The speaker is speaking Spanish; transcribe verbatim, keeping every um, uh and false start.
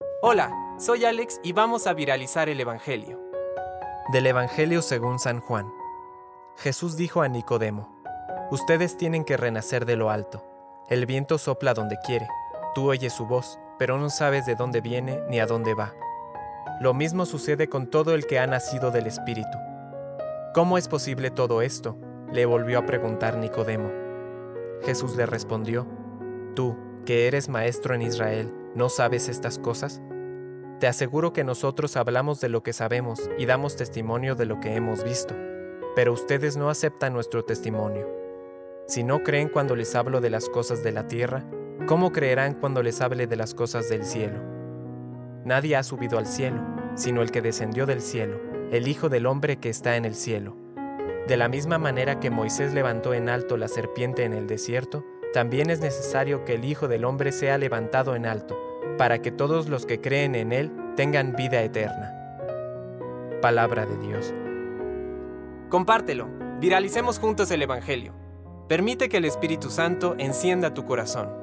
Hola, soy Alex y vamos a viralizar el Evangelio. Del Evangelio según San Juan. Jesús dijo a Nicodemo: Ustedes tienen que renacer de lo alto. El viento sopla donde quiere. Tú oyes su voz, pero no sabes de dónde viene ni a dónde va. Lo mismo sucede con todo el que ha nacido del Espíritu. ¿Cómo es posible todo esto?, le volvió a preguntar Nicodemo. Jesús le respondió: Tú, que eres maestro en Israel, ¿no sabes estas cosas? Te aseguro que nosotros hablamos de lo que sabemos y damos testimonio de lo que hemos visto, pero ustedes no aceptan nuestro testimonio. Si no creen cuando les hablo de las cosas de la tierra, ¿cómo creerán cuando les hable de las cosas del cielo? Nadie ha subido al cielo, sino el que descendió del cielo, el Hijo del Hombre que está en el cielo. De la misma manera que Moisés levantó en alto la serpiente en el desierto, también es necesario que el Hijo del Hombre sea levantado en alto, para que todos los que creen en él tengan vida eterna. Palabra de Dios. Compártelo, viralicemos juntos el Evangelio. Permite que el Espíritu Santo encienda tu corazón.